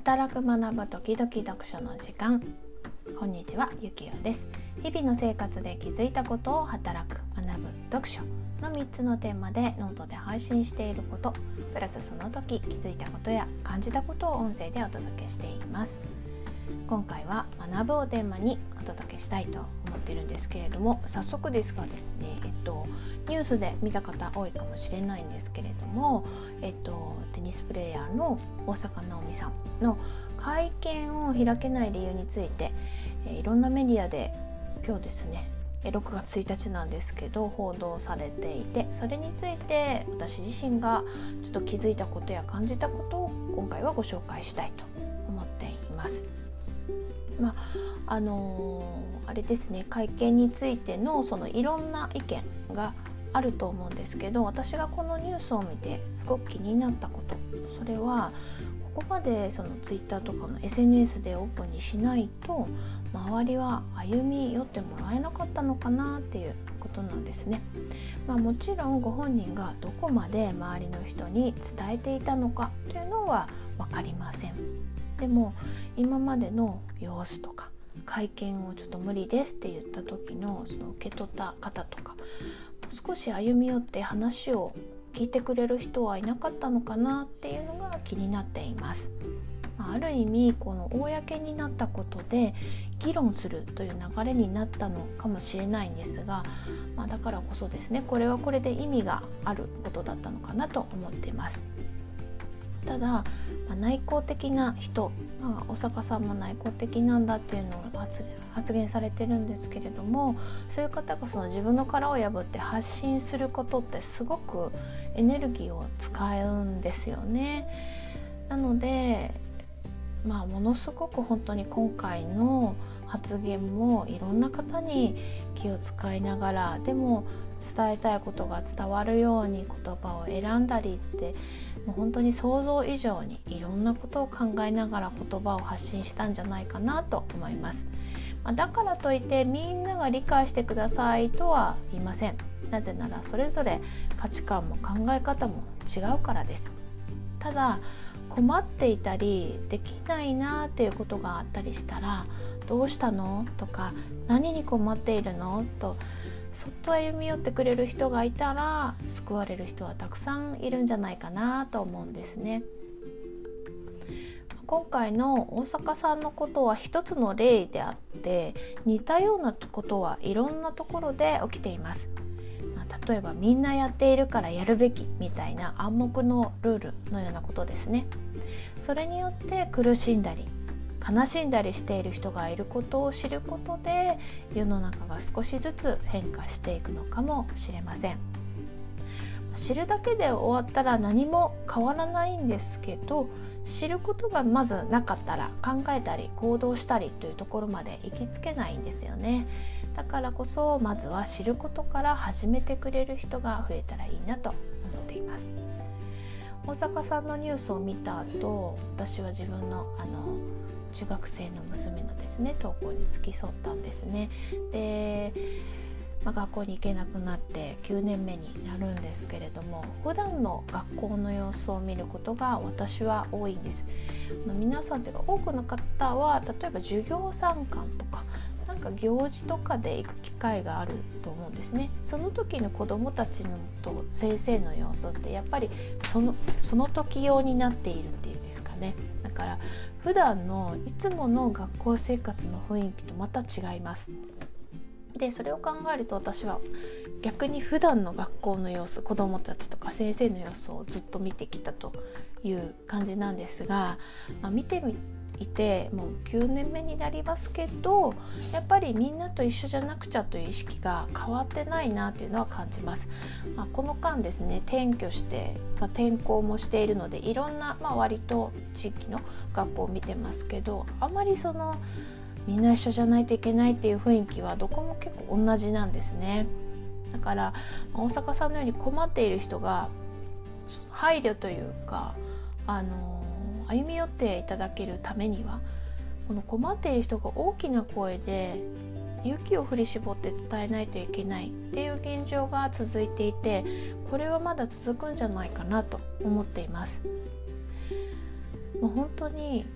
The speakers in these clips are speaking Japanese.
働く学ぶ時々読書の時間。こんにちは、ゆきよです。日々の生活で気づいたことを働く、学ぶ、読書の3つのテーマでノートで配信していること、プラスその時気づいたことや感じたことを音声でお届けしています。今回は学ぶをテーマにお届けしたいと思っているんですけれども、早速ですがですね、ニュースで見た方多いかもしれないんですけれども、テニスプレーヤーの大坂なおみさんの会見を開けない理由について、いろんなメディアで今日ですね6月1日なんですけど報道されていて、それについて私自身がちょっと気づいたことや感じたことを今回はご紹介したいと思っています。あれですね、会見についてのそのいろんな意見があると思うんですけど、私がこのニュースを見てすごく気になったこと、それはここまでそのツイッターとかの SNS でオープンにしないと周りは歩み寄ってもらえなかったのかなっていうことなんですね。もちろんご本人がどこまで周りの人に伝えていたのかというのは分かりません。でも今までの様子とか会見をちょっと無理ですって言った時のその受け取った方とか、少し歩み寄って話を聞いてくれる人はいなかったのかなっていうのが気になっています。ある意味この公になったことで議論するという流れになったのかもしれないんですが、だからこそですね、これはこれで意味があることだったのかなと思っています。ただ、内向的な人、大坂さんも内向的なんだっていうのを発言されてるんですけれども、そういう方がその自分の殻を破って発信することってすごくエネルギーを使うんですよね。なので、ものすごく本当に今回の発言もいろんな方に気を使いながら、でも伝えたいことが伝わるように言葉を選んだりって、もう本当に想像以上にいろんなことを考えながら言葉を発信したんじゃないかなと思います。だからといってみんなが理解してくださいとは言いません。なぜならそれぞれ価値観も考え方も違うからです。ただ困っていたりできないなっていうことがあったりしたら、どうしたのとか、何に困っているのとそっと歩み寄ってくれる人がいたら救われる人はたくさんいるんじゃないかなと思うんですね。今回の大坂さんのことは一つの例であって、似たようなことはいろんなところで起きています。例えばみんなやっているからやるべきみたいな暗黙のルールのようなことですね。それによって苦しんだり悲しんだりしている人がいることを知ることで、世の中が少しずつ変化していくのかもしれません。知るだけで終わったら何も変わらないんですけど、知ることがまずなかったら考えたり行動したりというところまで行きつけないんですよね。だからこそまずは知ることから始めてくれる人が増えたらいいなと思っています。大坂さんのニュースを見た後、私は自分の中学生の娘のですね登校に付き添ったんですね。で、学校に行けなくなって9年目になるんですけれども、普段の学校の様子を見ることが私は多いんです。皆さんというか多くの方は例えば授業参観とか行事とかで行く機会があると思うんですね。その時の子どもたちのと先生の様子ってやっぱりその時用になっているっていうんですかね。だから普段のいつもの学校生活の雰囲気とまた違います。でそれを考えると、私は逆に普段の学校の様子、子どもたちとか先生の様子をずっと見てきたという感じなんですが、見てみてもう9年目になりますけど、やっぱりみんなと一緒じゃなくちゃという意識が変わってないなというのは感じます。この間ですね、転居して、転校もしているのでいろんな、割と地域の学校を見てますけど、あまりみんな一緒じゃないといけないっていう雰囲気はどこも結構同じなんですね。だから大坂さんのように困っている人が配慮というか歩み寄っていただけるためには、この困っている人が大きな声で勇気を振り絞って伝えないといけないっていう現状が続いていて、これはまだ続くんじゃないかなと思っています。もう本当に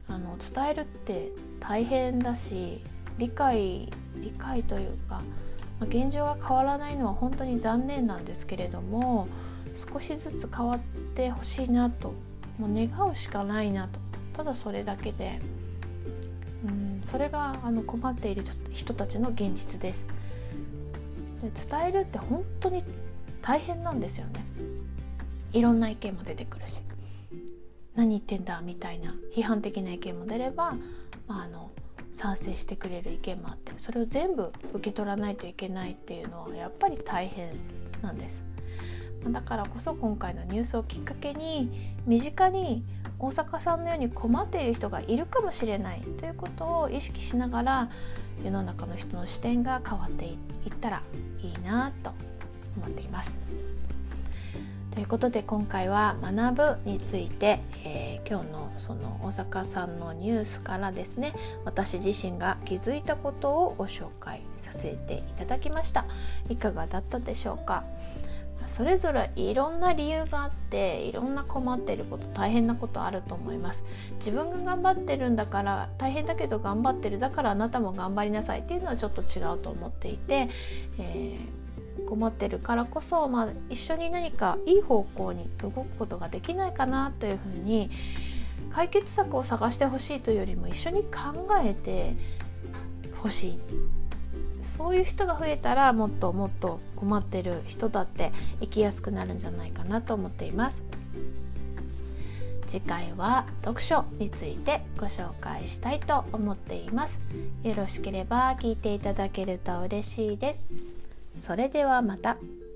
伝えるって大変だし、理解というか、現状が変わらないのは本当に残念なんですけれども、少しずつ変わってほしいなと、もう願うしかないなと、ただそれだけで、それが困っている人たちの現実です。で、伝えるって本当に大変なんですよね。いろんな意見も出てくるし、何言ってんだみたいな批判的な意見も出れば、賛成してくれる意見もあって、それを全部受け取らないといけないっていうのはやっぱり大変なんです。だからこそ今回のニュースをきっかけに、身近に大坂さんのように困っている人がいるかもしれないということを意識しながら、世の中の人の視点が変わっていったらいいなと思っています。ということで今回は学ぶについて、今日のその大坂さんのニュースからですね、私自身が気づいたことをご紹介させていただきました。いかがだったでしょうか。それぞれいろんな理由があって、いろんな困っていること、大変なことあると思います。自分が頑張ってるんだから、大変だけど頑張ってるだからあなたも頑張りなさいっていうのはちょっと違うと思っていて、困ってるからこそ、一緒に何かいい方向に動くことができないかなというふうに、解決策を探してほしいというよりも一緒に考えてほしい。そういう人が増えたら、もっともっと困ってる人だって生きやすくなるんじゃないかなと思っています。次回は読書についてご紹介したいと思っています。よろしければ聞いていただけると嬉しいです。それではまた。